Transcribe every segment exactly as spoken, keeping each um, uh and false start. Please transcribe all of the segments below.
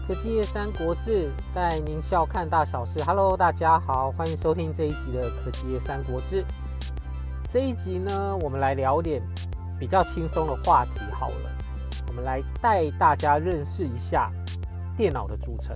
科技业三国志带您笑看大小事。Hello， 大家好，欢迎收听这一集的科技业三国志。这一集呢，我们来聊点比较轻松的话题好了。我们来带大家认识一下电脑的组成。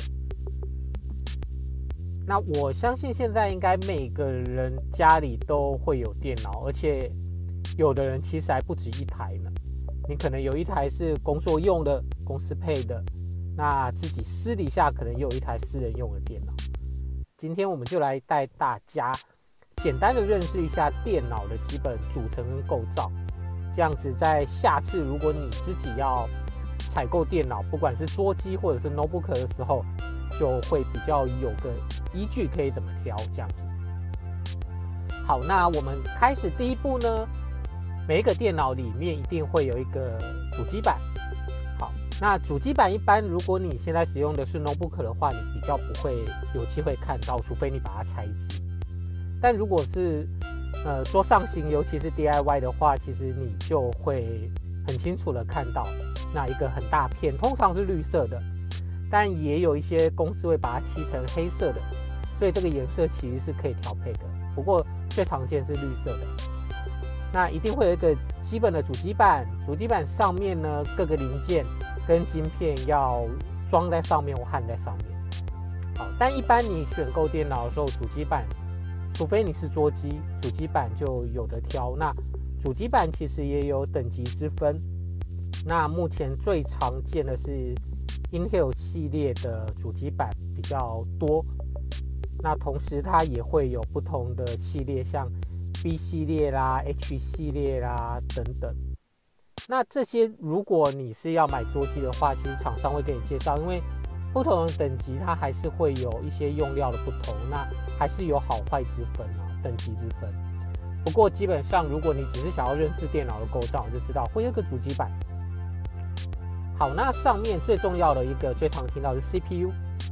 那我相信现在应该每个人家里都会有电脑，而且有的人其实还不止一台呢。你可能有一台是工作用的，公司配的。那自己私底下可能也有一台私人用的电脑。今天我们就来带大家简单的认识一下电脑的基本组成跟构造，这样子在下次如果你自己要采购电脑，不管是桌机或者是 notebook 的时候，就会比较有个依据可以怎么挑这样子。好，那我们开始第一步呢，每一个电脑里面一定会有一个主机板。那主机板一般，如果你现在使用的是 notebook 的话，你比较不会有机会看到，除非你把它拆机。但如果是呃桌上型，尤其是 D I Y 的话，其实你就会很清楚的看到那一个很大片，通常是绿色的，但也有一些公司会把它漆成黑色的，所以这个颜色其实是可以调配的。不过最常见是绿色的。那一定会有一个基本的主机板，主机板上面呢各个零件跟晶片要装在上面或焊在上面。好，但一般你选购电脑的时候，主机板，除非你是桌机，主机板就有得挑。那主机板其实也有等级之分。那目前最常见的是 Intel 系列的主机板比较多。那同时它也会有不同的系列，像B 系列啦、H 系列啦等等。那这些如果你是要买桌机的话，其实厂商会给你介绍，因为不同的等级它还是会有一些用料的不同，那还是有好坏之分啊，等级之分。不过基本上如果你只是想要认识电脑的构造，你就知道会有一个主机板。好，那上面最重要的一个最常听到的是 C P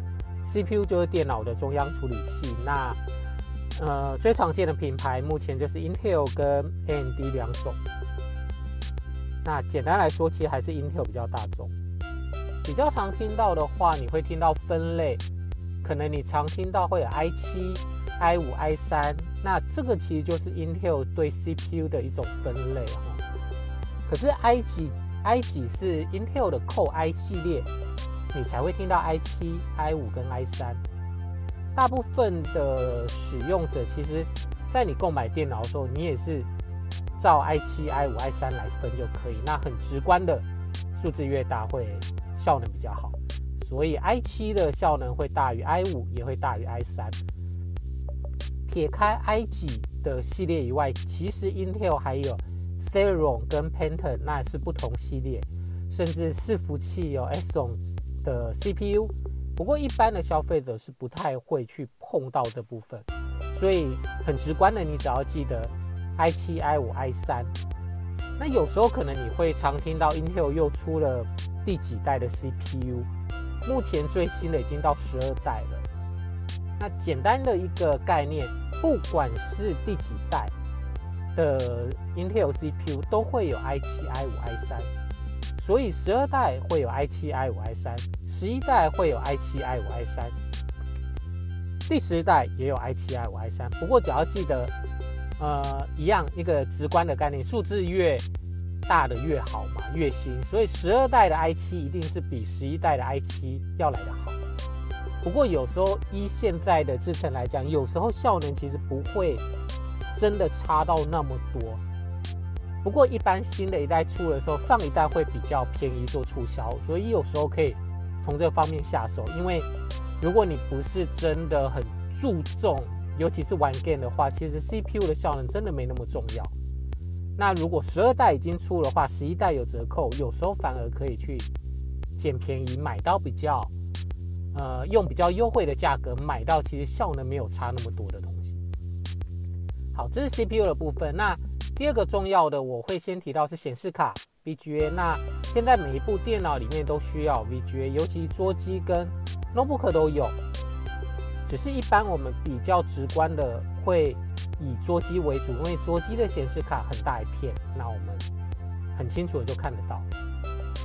U，C P U 就是电脑的中央处理器。那呃，最常见的品牌目前就是 Intel 跟 A M D 两种。那简单来说，其实还是 Intel 比较大众。比较常听到的话，你会听到分类，可能你常听到会有 i 七、i 五、i 三，那这个其实就是 Intel 对 C P U 的一种分类哈。可是 i 几 i 几是 Intel 的 Core i 系列，你才会听到 i 七、i 五跟 i 三。大部分的使用者其实在你购买电脑的时候，你也是照 i 七、i 五、i 三来分就可以。那很直观的，数字越大会效能比较好，所以 i 七的效能会大于 i 五，也会大于 i 三。撇开 i 几的系列以外，其实 Intel 还有 Celeron 跟 Pentium， 那是不同系列，甚至伺服器有 Exynos 的 C P U。不过一般的消费者是不太会去碰到这部分，所以很直观的，你只要记得 i 七、i 五、i 三。那有时候可能你会常听到 Intel 又出了第几代的 C P U， 目前最新的已经到十二代了。那简单的一个概念，不管是第几代的 Intel C P U 都会有 i 七、i 五、i 三。所以十二代会有 i 七、i 五、i 三，十一代会有 i 七、i 五、i 三，第十代也有 i 七、i 五、i 三。不过只要记得，呃，一样一个直观的概念，数字越大的越好嘛，越新。所以十二代的 i 七一定是比十一代的 i 七要来得好。不过有时候依现在的制程来讲，有时候效能其实不会真的差到那么多。不过一般新的一代出的时候，上一代会比较便宜做促销，所以有时候可以从这方面下手。因为如果你不是真的很注重，尤其是玩 game 的话，其实 C P U 的效能真的没那么重要。那如果十二代已经出的话，十一代有折扣，有时候反而可以去捡便宜，买到比较呃用比较优惠的价格买到其实效能没有差那么多的东西。好，这是 C P U 的部分。那第二个重要的，我会先提到是显示卡 V G A。那现在每一部电脑里面都需要 V G A， 尤其桌机跟 notebook 都有。只是一般我们比较直观的会以桌机为主，因为桌机的显示卡很大一片，那我们很清楚的就看得到。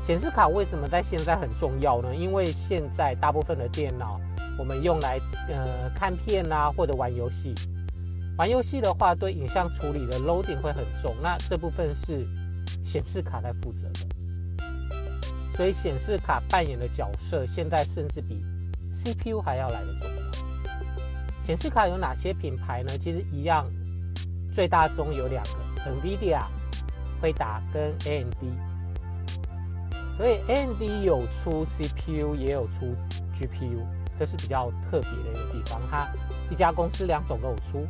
显示卡为什么在现在很重要呢？因为现在大部分的电脑我们用来呃看片啊，或者玩游戏。玩游戏的话，对影像处理的 loading 会很重，那这部分是显示卡在负责的。所以显示卡扮演的角色，现在甚至比 C P U 还要来得重要。显示卡有哪些品牌呢？其实一样，最大宗有两个 ，NVIDIA、辉达跟 A M D。所以 A M D 有出 C P U， 也有出 G P U， 这是比较特别的一个地方。它一家公司两种都有出。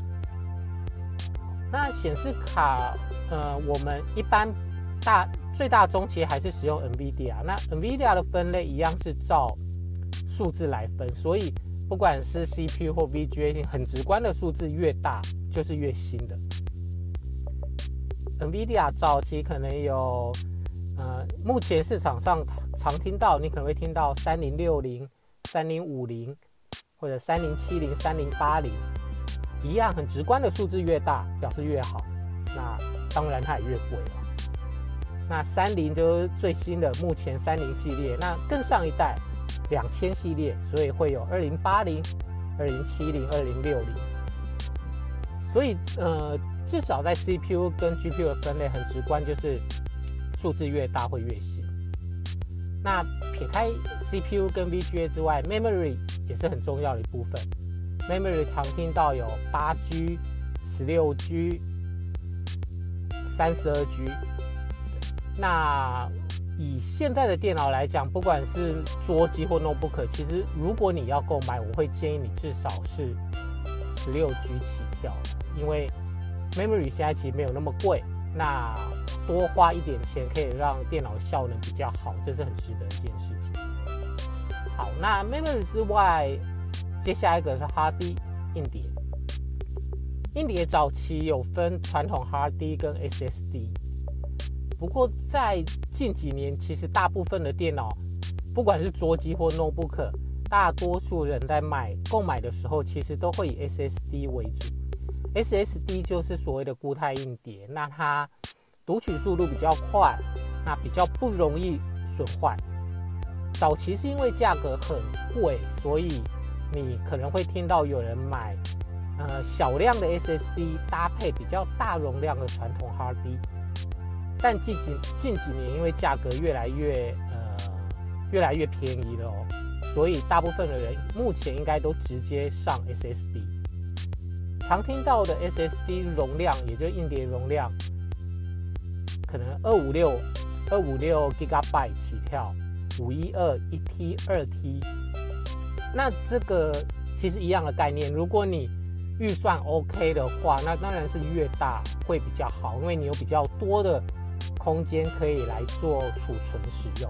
那显示卡，呃，我们一般大最大宗其实还是使用 NVIDIA。那 NVIDIA 的分类一样是照数字来分，所以不管是 C P U 或 V G A， 很直观的数字越大就是越新的。NVIDIA 早期可能有，呃，目前市场上常听到，你可能会听到三零六零、三零五零或者三零七零、三零八零。一样很直观的数字越大表示越好，那当然它也越贵了。那三零就是最新的，目前三零系列，那更上一代两千系列，所以会有二零八零、二零七零、二零六零。所以呃，至少在 C P U 跟 G P U 的分类很直观，就是数字越大会越新。那撇开 C P U 跟 V G A 之外 ，Memory 也是很重要的一部分。Memory 常听到有八 G、十六 G、三十二 G。那以现在的电脑来讲，不管是桌机或 notebook， 其实如果你要购买，我会建议你至少是十六 G 起跳，因为 Memory 现在其实没有那么贵，那多花一点钱可以让电脑效能比较好，这是很值得一件事情。好，那 Memory 之外，接下来一个是 Hard D 硬碟。硬碟早期有分传统 Hard D 跟 S S D， 不过在近几年，其实大部分的电脑，不管是桌机或 notebook， 大多数人在买购买的时候，其实都会以 S S D 为主。S S D 就是所谓的固态硬碟，那它读取速度比较快，那比较不容易损坏。早期是因为价格很贵，所以你可能会听到有人买呃小量的 S S D 搭配比较大容量的传统 Hard D， 但近几近几年因为价格越来越呃越来越便宜了哦，所以大部分的人目前应该都直接上 S S D。常听到的 S S D 容量，也就是硬碟容量，可能二五六 二五六 G B 起跳，五一二 一 T 二 T。那这个其实一样的概念，如果你预算 OK 的话，那当然是越大会比较好，因为你有比较多的空间可以来做储存使用。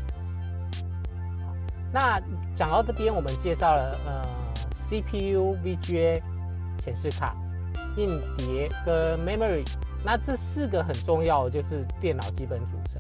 那讲到这边，我们介绍了呃 C P U、V G A、显示卡、硬碟跟 Memory， 那这四个很重要的就是电脑基本组成。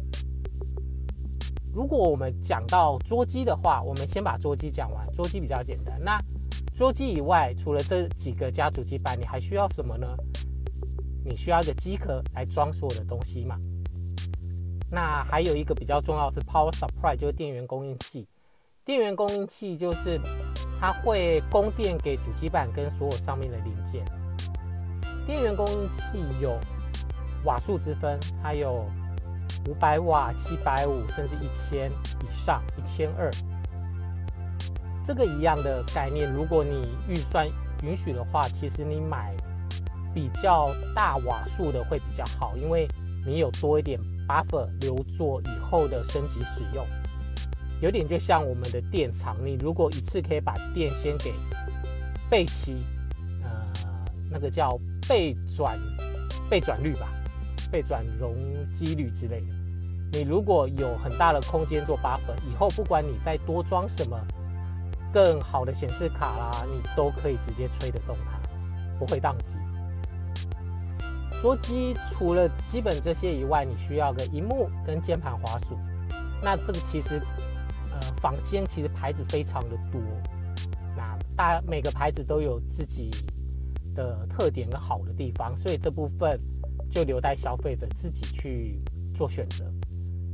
如果我们讲到桌机的话，我们先把桌机讲完，桌机比较简单。那桌机以外，除了这几个家族基板，你还需要什么呢？你需要一个机壳来装所有的东西嘛。那还有一个比较重要的是 Power Supply， 就是电源供应器。电源供应器就是它会供电给主机板跟所有上面的零件。电源供应器有瓦数之分，它有五百瓦、七百五，甚至一千以上，一千二。这个一样的概念，如果你预算允许的话，其实你买比较大瓦数的会比较好，因为你有多一点 buffer 留作以后的升级使用。有点就像我们的电厂，你如果一次可以把电先给备齐，呃，那个叫备转备转率吧。备转容积率之类的，你如果有很大的空间做 buffer， 以后不管你再多装什么更好的显示卡啦，你都可以直接吹得动它，不会宕机。桌机除了基本这些以外，你需要个萤幕跟键盘滑鼠。那这个其实呃坊间其实牌子非常的多，那大每个牌子都有自己的特点跟好的地方，所以这部分就留待消费者自己去做选择。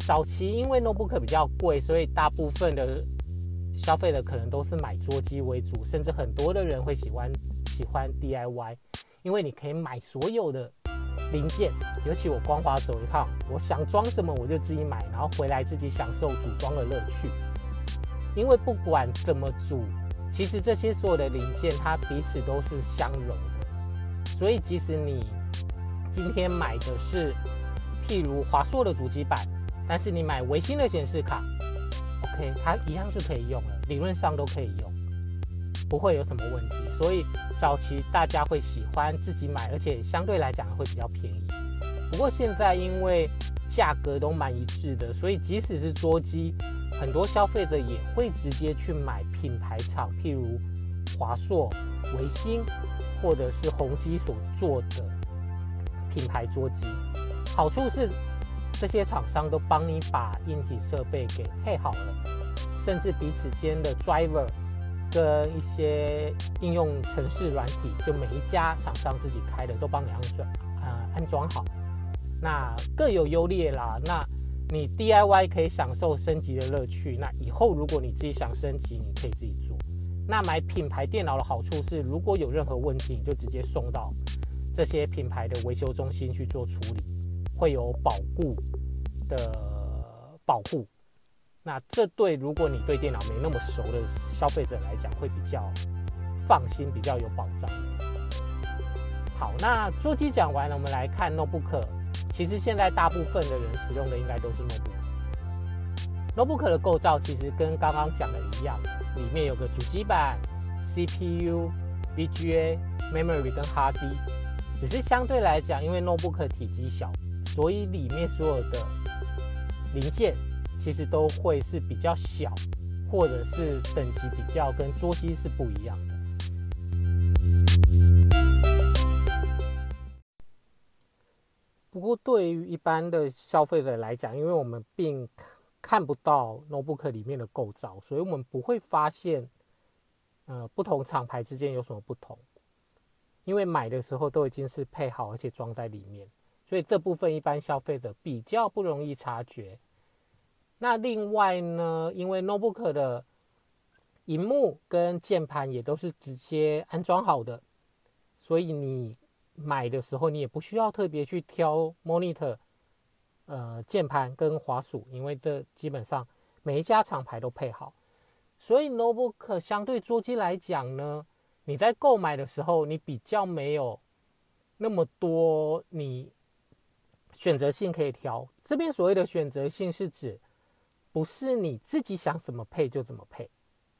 早期因为 notebook 比较贵，所以大部分的消费的可能都是买桌机为主，甚至很多的人会喜欢喜欢 D I Y， 因为你可以买所有的零件，尤其我光华走一趟，我想装什么我就自己买，然后回来自己享受组装的乐趣。因为不管怎么组，其实这些所有的零件它彼此都是相容的，所以即使你今天买的是譬如华硕的主机板，但是你买微星的显示卡 OK， 它一样是可以用的，理论上都可以用，不会有什么问题。所以早期大家会喜欢自己买，而且相对来讲会比较便宜。不过现在因为价格都蛮一致的，所以即使是桌机，很多消费者也会直接去买品牌厂，譬如华硕、微星或者是宏基所做的品牌桌机。好处是这些厂商都帮你把硬体设备给配好了，甚至彼此间的 driver 跟一些应用程式软体，就每一家厂商自己开的都帮你安装、呃、安装好，那各有优劣啦。那你 D I Y 可以享受升级的乐趣，那以后如果你自己想升级，你可以自己做。那买品牌电脑的好处是，如果有任何问题，你就直接送到这些品牌的维修中心去做处理，会有保固的保护。那这对如果你对电脑没那么熟的消费者来讲，会比较放心，比较有保障。好，那桌机讲完了，我们来看 notebook。其实现在大部分的人使用的应该都是 notebook。notebook 的构造其实跟刚刚讲的一样，里面有个主机板、C P U、V G A、Memory 跟 Hard D。只是相对来讲，因为 notebook 体积小，所以里面所有的零件其实都会是比较小，或者是等级比较跟桌机是不一样的。不过对于一般的消费者来讲，因为我们并看不到 notebook 里面的构造，所以我们不会发现呃不同厂牌之间有什么不同，因为买的时候都已经是配好而且装在里面，所以这部分一般消费者比较不容易察觉。那另外呢，因为 notebook 的萤幕跟键盘也都是直接安装好的，所以你买的时候你也不需要特别去挑 monitor、呃、键盘跟滑鼠，因为这基本上每一家厂牌都配好。所以 notebook 相对桌机来讲呢，你在购买的时候你比较没有那么多你选择性可以挑。这边所谓的选择性是指不是你自己想怎么配就怎么配，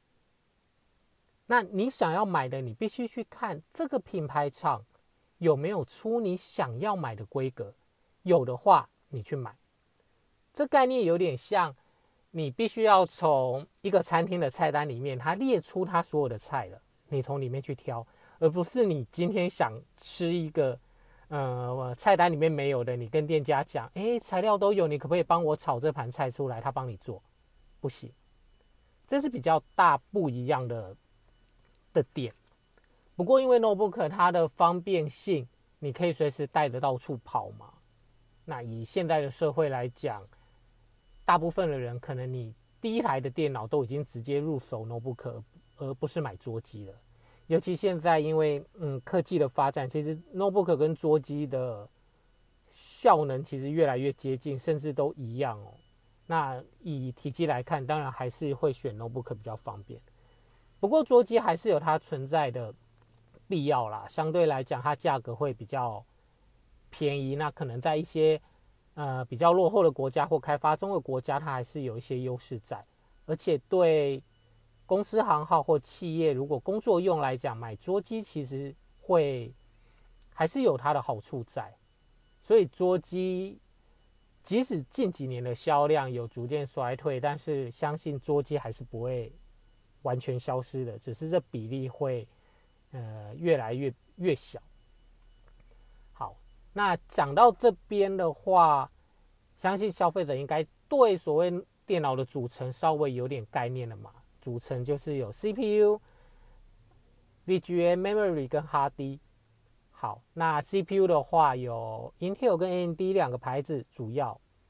那你想要买的你必须去看这个品牌厂有没有出你想要买的规格，有的话你去买。这概念有点像你必须要从一个餐厅的菜单里面它列出它所有的菜了，你从里面去挑，而不是你今天想吃一个呃菜单里面没有的，你跟店家讲诶材料都有，你可不可以帮我炒这盘菜出来，他帮你做，不行。这是比较大不一样的的点。不过因为 notebook 它的方便性，你可以随时带着到处跑嘛。那以现在的社会来讲，大部分的人可能你第一台的电脑都已经直接入手 notebook， 而不是买桌机了。尤其现在因为嗯科技的发展，其实 notebook 跟桌机的效能其实越来越接近，甚至都一样哦。那以体积来看，当然还是会选 notebook 比较方便。不过桌机还是有它存在的必要啦，相对来讲它价格会比较便宜，那可能在一些呃比较落后的国家或开发中的国家，它还是有一些优势在。而且对公司行号或企业如果工作用来讲，买桌机其实会还是有它的好处在。所以桌机即使近几年的销量有逐渐衰退，但是相信桌机还是不会完全消失的，只是这比例会呃越来越越小。好，那讲到这边的话，相信消费者应该对所谓电脑的组成稍微有点概念了嘛。组成就是有 C P U、V G A、Memory 跟 Hard D。好，那 C P U 的话有 Intel 跟 A M D 两个牌子主要。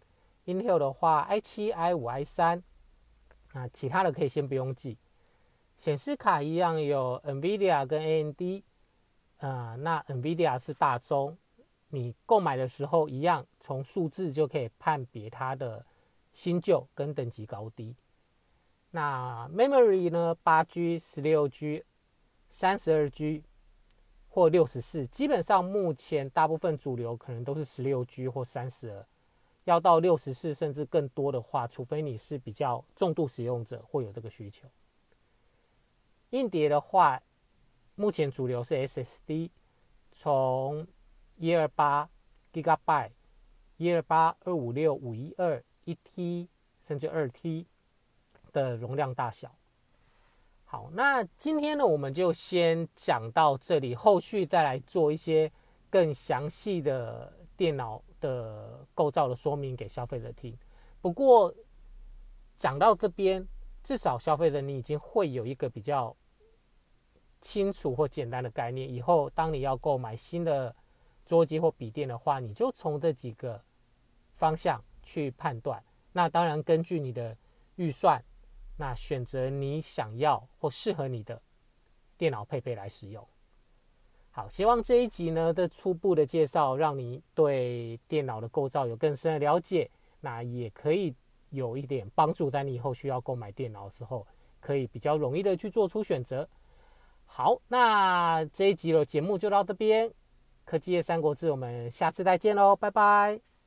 Intel 的话 i 七 i 五 i 三，啊，其他的可以先不用记。显示卡一样有 NVIDIA 跟 A M D， 呃，那 NVIDIA 是大宗，你购买的时候一样，从数字就可以判别它的新旧跟等级高低。那 Memory 呢 ，八 G、十六 G、三十二 G 或六十四，基本上目前大部分主流可能都是十六 G 或三十二，要到六十四甚至更多的话，除非你是比较重度使用者会有这个需求。硬碟的话，目前主流是 S S D， 从一二八 G B、一二八、二五六、五一二、一 T 甚至二 T 的容量大小。好，那今天呢，我们就先讲到这里，后续再来做一些更详细的电脑的构造的说明给消费者听。不过讲到这边，至少消费者你已经会有一个比较清楚或简单的概念，以后当你要购买新的桌机或笔电的话，你就从这几个方向去判断。那当然根据你的预算，那选择你想要或适合你的电脑配备来使用。好，希望这一集呢的初步的介绍，让你对电脑的构造有更深的了解，那也可以有一点帮助，在你以后需要购买电脑的时候，可以比较容易的去做出选择。好，那这一集的节目就到这边，科技业三国志，我们下次再见喽，拜拜。